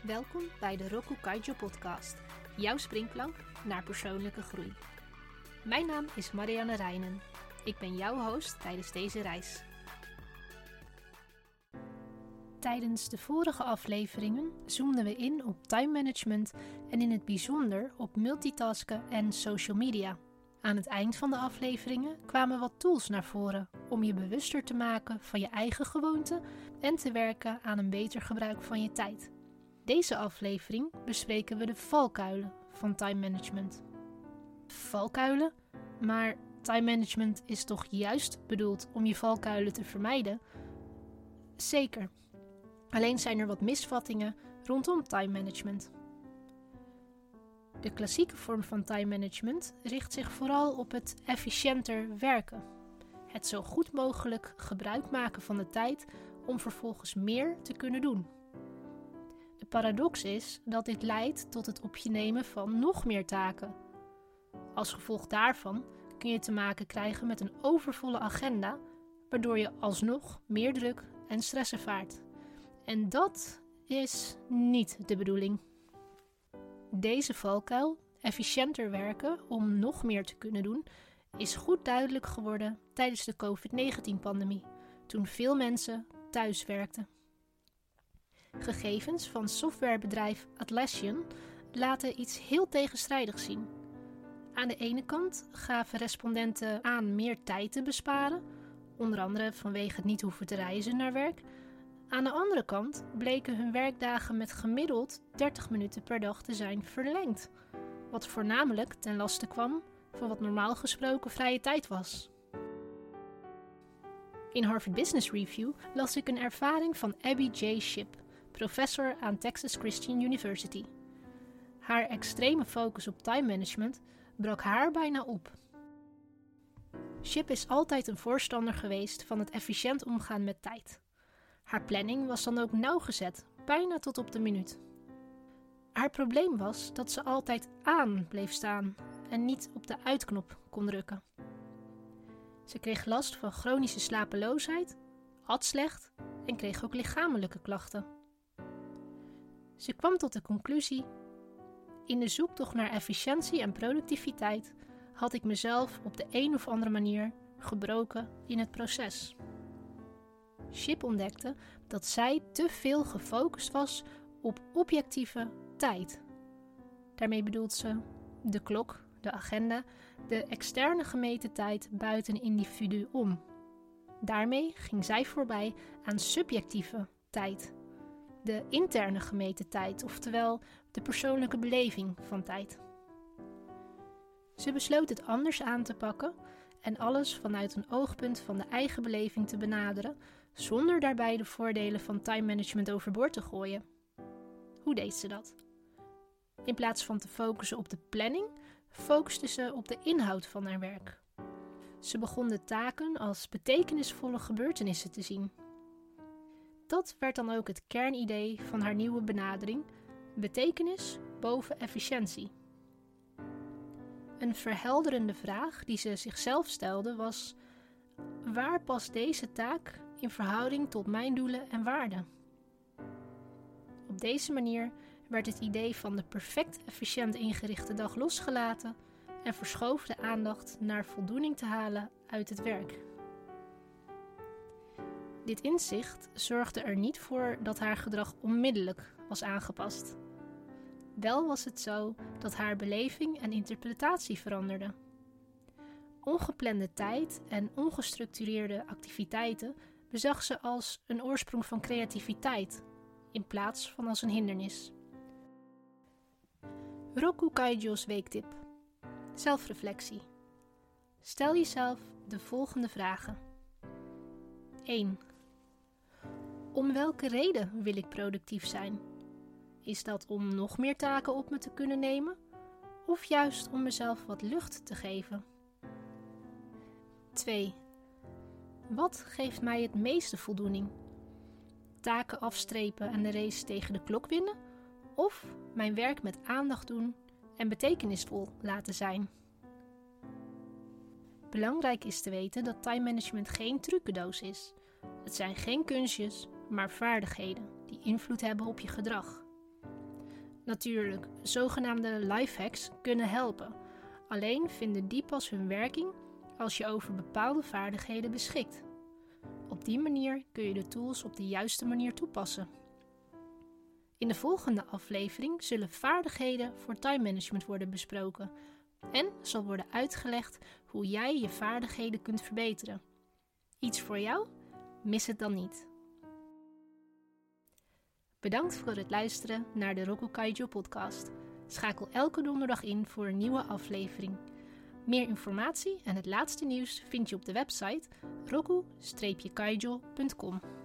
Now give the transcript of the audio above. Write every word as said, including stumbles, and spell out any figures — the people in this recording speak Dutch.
Welkom bij de Roku Kaijo podcast, jouw springplank naar persoonlijke groei. Mijn naam is Marianne Reijnen. Ik ben jouw host tijdens deze reis. Tijdens de vorige afleveringen zoomden we in op time management en in het bijzonder op multitasken en social media. Aan het eind van de afleveringen kwamen wat tools naar voren om je bewuster te maken van je eigen gewoonten en te werken aan een beter gebruik van je tijd. Deze aflevering bespreken we de valkuilen van time management. Valkuilen? Maar time management is toch juist bedoeld om je valkuilen te vermijden? Zeker. Alleen zijn er wat misvattingen rondom time management. De klassieke vorm van time management richt zich vooral op het efficiënter werken. Het zo goed mogelijk gebruik maken van de tijd om vervolgens meer te kunnen doen. De paradox is dat dit leidt tot het op je nemen van nog meer taken. Als gevolg daarvan kun je te maken krijgen met een overvolle agenda, waardoor je alsnog meer druk en stress ervaart. En dat is niet de bedoeling. Deze valkuil, efficiënter werken om nog meer te kunnen doen, is goed duidelijk geworden tijdens de covid negentien pandemie, toen veel mensen thuis werkten. Gegevens van softwarebedrijf Atlassian laten iets heel tegenstrijdigs zien. Aan de ene kant gaven respondenten aan meer tijd te besparen, onder andere vanwege het niet hoeven te reizen naar werk. Aan de andere kant bleken hun werkdagen met gemiddeld dertig minuten per dag te zijn verlengd, wat voornamelijk ten laste kwam van wat normaal gesproken vrije tijd was. In Harvard Business Review las ik een ervaring van Abby J. Shipp, professor aan Texas Christian University. Haar extreme focus op time management brak haar bijna op. Shipp is altijd een voorstander geweest van het efficiënt omgaan met tijd. Haar planning was dan ook nauwgezet, bijna tot op de minuut. Haar probleem was dat ze altijd aan bleef staan en niet op de uitknop kon drukken. Ze kreeg last van chronische slapeloosheid, at slecht en kreeg ook lichamelijke klachten. Ze kwam tot de conclusie: in de zoektocht naar efficiëntie en productiviteit had ik mezelf op de een of andere manier gebroken in het proces. Shipp ontdekte dat zij te veel gefocust was op objectieve tijd. Daarmee bedoelt ze de klok, de agenda, de externe gemeten tijd buiten een individu om. Daarmee ging zij voorbij aan subjectieve tijd, de interne gemeten tijd, oftewel de persoonlijke beleving van tijd. Ze besloot het anders aan te pakken en alles vanuit een oogpunt van de eigen beleving te benaderen, zonder daarbij de voordelen van time management overboord te gooien. Hoe deed ze dat? In plaats van te focussen op de planning, focuste ze op de inhoud van haar werk. Ze begon de taken als betekenisvolle gebeurtenissen te zien. Dat werd dan ook het kernidee van haar nieuwe benadering: betekenis boven efficiëntie. Een verhelderende vraag die ze zichzelf stelde was: waar past deze taak in verhouding tot mijn doelen en waarden? Op deze manier werd het idee van de perfect efficiënt ingerichte dag losgelaten en verschoof de aandacht naar voldoening te halen uit het werk. Dit inzicht zorgde er niet voor dat haar gedrag onmiddellijk was aangepast. Wel was het zo dat haar beleving en interpretatie veranderden. Ongeplande tijd en ongestructureerde activiteiten bezag ze als een oorsprong van creativiteit, in plaats van als een hindernis. Roku Kaijo's weektip. Zelfreflectie. Stel jezelf de volgende vragen. één. Om welke reden wil ik productief zijn? Is dat om nog meer taken op me te kunnen nemen? Of juist om mezelf wat lucht te geven? twee. Wat geeft mij het meeste voldoening? Taken afstrepen en de race tegen de klok winnen? Of mijn werk met aandacht doen en betekenisvol laten zijn? Belangrijk is te weten dat time management geen trucendoos is. Het zijn geen kunstjes, maar vaardigheden die invloed hebben op je gedrag. Natuurlijk, zogenaamde lifehacks kunnen helpen. Alleen vinden die pas hun werking als je over bepaalde vaardigheden beschikt. Op die manier kun je de tools op de juiste manier toepassen. In de volgende aflevering zullen vaardigheden voor time management worden besproken en zal worden uitgelegd hoe jij je vaardigheden kunt verbeteren. Iets voor jou? Mis het dan niet. Bedankt voor het luisteren naar de Roku Kaijo podcast. Schakel elke donderdag in voor een nieuwe aflevering. Meer informatie en het laatste nieuws vind je op de website roku dash kaijo punt com.